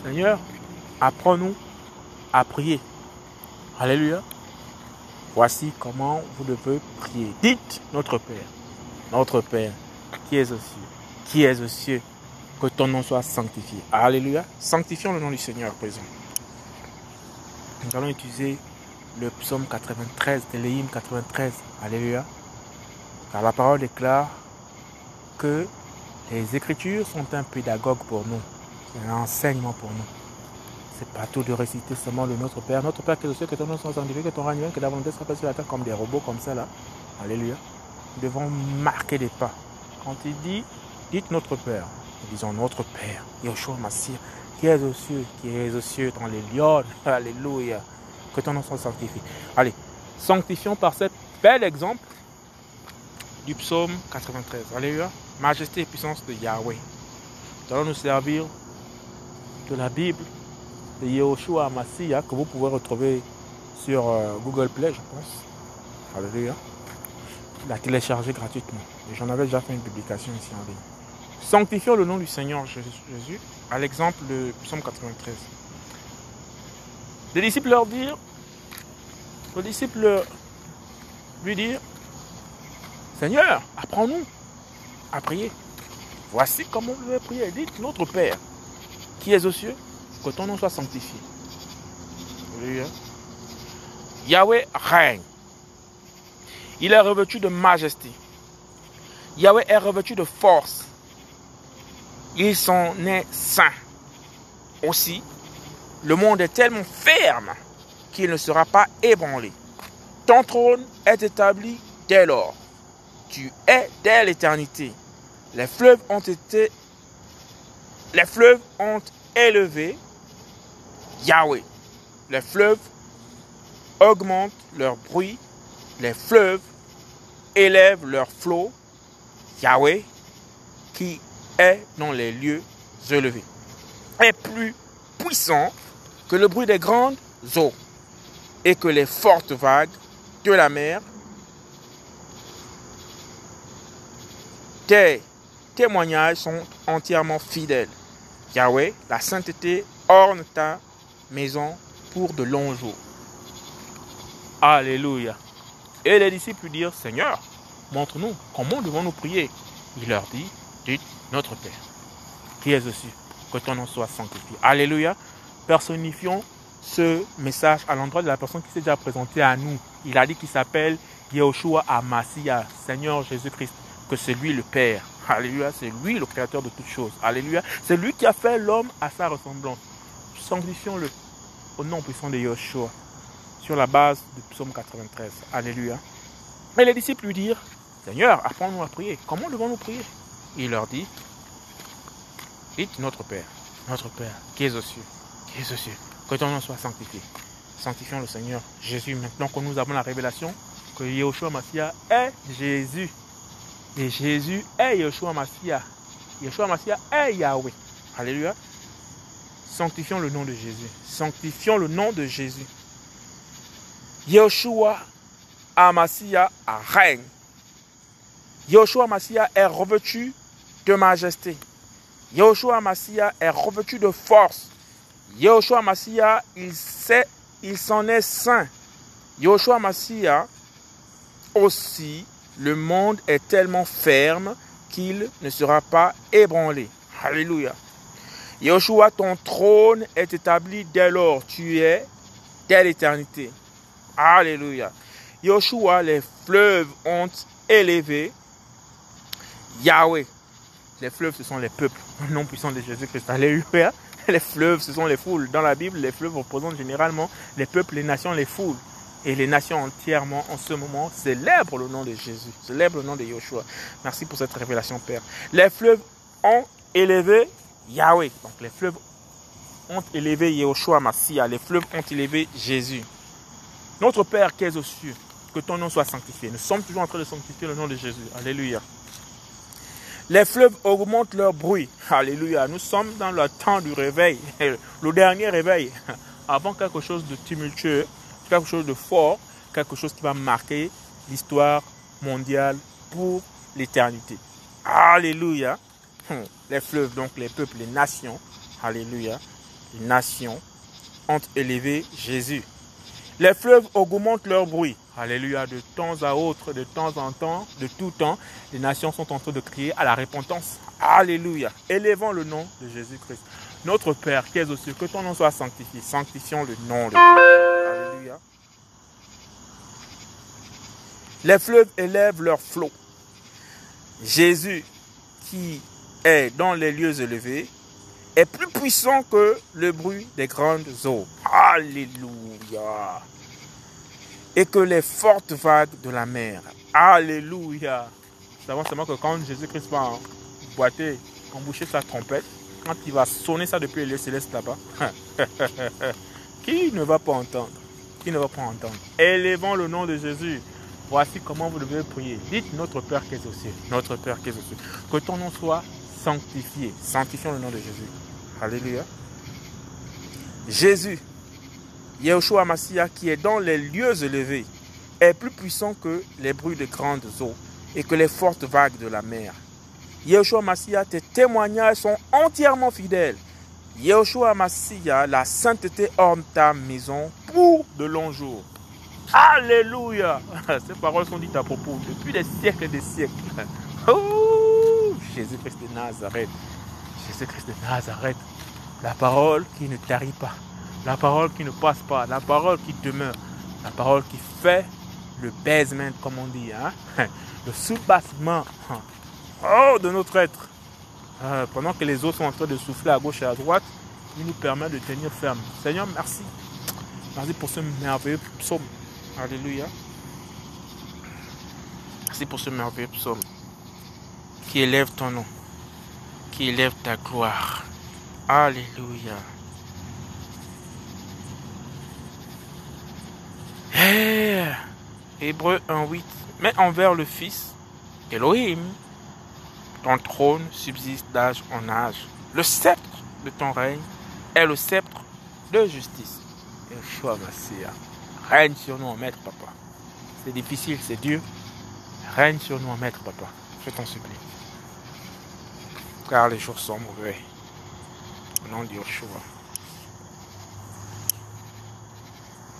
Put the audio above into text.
Seigneur, apprends-nous à prier. Alléluia. Voici comment vous devez prier. Dites notre Père, qui es aux cieux, qui es aux cieux, que ton nom soit sanctifié. Alléluia. Sanctifions le nom du Seigneur présent. Nous allons utiliser le psaume 93, Téléhymne 93. Alléluia. Car la parole déclare que les Écritures sont un pédagogue pour nous. C'est un enseignement pour nous. C'est pas tout de réciter seulement le Notre Père. Notre Père qui est aux cieux, que ton nom soit sanctifié, que ton règne vienne, que ta volonté soit faite sur la terre comme des robots comme ça là. Alléluia. Nous devons marquer des pas. Quand il dit, dites notre Père, nous disons notre Père, Yeshua Mashiach, qui est aux cieux dans les lions. Alléluia. Que ton nom soit sanctifié. Allez, sanctifions par cet bel exemple du psaume 93. Alléluia. Majesté et puissance de Yahweh. Nous allons nous servir de la Bible de Yeshua Mashiach que vous pouvez retrouver sur Google Play, je pense. Alléluia. La télécharger gratuitement. Et j'en avais déjà fait une publication ici en ligne. Sanctifions le nom du Seigneur Jésus à l'exemple de psaume 93. Les disciples lui dirent, Seigneur, apprends-nous à prier. Voici comment vous devez prier. Dites notre Père, qui est aux cieux, que ton nom soit sanctifié. Alléluia. Yahweh règne. Il est revêtu de majesté. Yahweh est revêtu de force. Il s'en est saint. Aussi, le monde est tellement ferme qu'il ne sera pas ébranlé. Ton trône est établi dès lors. Tu es dès l'éternité. Les fleuves ont élevé Yahweh. Les fleuves augmentent leur bruit. Les fleuves élèvent leurs flots. Yahweh, qui est dans les lieux élevés, est plus puissant que le bruit des grandes eaux et que les fortes vagues de la mer. Tes témoignages sont entièrement fidèles. Yahweh, la sainteté orne ta maison pour de longs jours. Alléluia. Et les disciples lui dirent, Seigneur, montre-nous comment devons-nous prier. Il leur dit, dites notre Père, qui es aux cieux, que ton nom soit sanctifié. Alléluia. Personnifions ce message à l'endroit de la personne qui s'est déjà présentée à nous. Il a dit qu'il s'appelle Yeshua HaMashiach, Seigneur Jésus-Christ, que c'est lui le Père. Alléluia, c'est lui le créateur de toutes choses. Alléluia, c'est lui qui a fait l'homme à sa ressemblance. Sanctifions-le au nom puissant de Yeshua, sur la base du psaume 93. Alléluia. Et les disciples lui dirent, Seigneur, apprends-nous à prier. Comment devons-nous prier? Il leur dit, dites notre Père, qui est aux cieux, que ton nom soit sanctifié. Sanctifions le Seigneur Jésus. Maintenant que nous avons la révélation que Yeshua Mashiach est Jésus. Et Jésus est Yeshua Mashiach. Yeshua Mashiach est Yahweh. Alléluia. Sanctifions le nom de Jésus. Sanctifions le nom de Jésus. Yeshua HaMashiach règne. Yeshua HaMashiach est revêtu de majesté. Yeshua HaMashiach est revêtu de force. Yeshua HaMashiach, il s'en est saint. Yeshua HaMashiach aussi, le monde est tellement ferme qu'il ne sera pas ébranlé. Alléluia. Yeshua, ton trône est établi dès lors. Tu es dès l'éternité. Alléluia. Yeshua, les fleuves ont élevé Yahweh. Les fleuves, ce sont les peuples. Au nom puissant de Jésus-Christ. Alléluia. Les fleuves, ce sont les foules. Dans la Bible, les fleuves représentent généralement les peuples, les nations, les foules. Et les nations entièrement, en ce moment, célèbrent le nom de Jésus. Célèbrent le nom de Yeshua. Merci pour cette révélation, Père. Les fleuves ont élevé Yahweh. Donc, les fleuves ont élevé Yeshua Mashiach. Les fleuves ont élevé Jésus. Notre Père qui es aux cieux, que ton nom soit sanctifié. Nous sommes toujours en train de sanctifier le nom de Jésus. Alléluia. Les fleuves augmentent leur bruit. Alléluia. Nous sommes dans le temps du réveil. Le dernier réveil. Avant quelque chose de tumultueux, quelque chose de fort, quelque chose qui va marquer l'histoire mondiale pour l'éternité. Alléluia. Les fleuves, donc les peuples, les nations. Alléluia. les nations ont élevé Jésus. Les fleuves augmentent leur bruit. Alléluia, de temps à autre, de temps en temps, de tout temps, les nations sont en train de crier à la repentance. Alléluia. Élevons le nom de Jésus-Christ. Notre Père qui es aux cieux, que ton nom soit sanctifié. Sanctifions le nom de Jésus. Alléluia. Les fleuves élèvent leurs flots. Jésus, qui est dans les lieux élevés, est plus puissant que le bruit des grandes eaux. Alléluia. Et que les fortes vagues de la mer. Alléluia. Nous savons seulement que quand Jésus-Christ va boiter, emboucher sa trompette, quand il va sonner ça depuis les lieux célestes là-bas, qui ne va pas entendre? Qui ne va pas entendre? Élevons le nom de Jésus. Voici comment vous devez prier. Dites notre Père qui est aux cieux. Notre Père qui est aux cieux. Que ton nom soit sanctifié. Sanctifions le nom de Jésus. Alléluia. Jésus, Yeshua Mashiach, qui est dans les lieux élevés, est plus puissant que les bruits de grandes eaux et que les fortes vagues de la mer. Yeshua Mashiach, tes témoignages sont entièrement fidèles. Yeshua Mashiach, la sainteté orne ta maison pour de longs jours. Alléluia. Ces paroles sont dites à propos depuis des siècles et des siècles. Oh, Jésus-Christ de Nazareth. Jésus-Christ de Nazareth. La parole qui ne tarit pas. La parole qui ne passe pas. La parole qui demeure. La parole qui fait le baisement, comme on dit. Hein? Le soubassement de notre être. Pendant que les autres sont en train de souffler à gauche et à droite, il nous permet de tenir ferme. Seigneur, merci. Merci pour ce merveilleux psaume. Alléluia. Merci pour ce merveilleux psaume qui élève ton nom, qui élève ta gloire. Alléluia. Hébreux 1:8. Mais envers le Fils, Elohim, ton trône subsiste d'âge en âge. Le sceptre de ton règne est le sceptre de justice. Yeshua Mashiach. Règne sur nous en maître, papa. C'est difficile, c'est dur. Règne sur nous en maître, papa. Je t'en supplie. Car les jours sont mauvais. Au nom de Yeshua.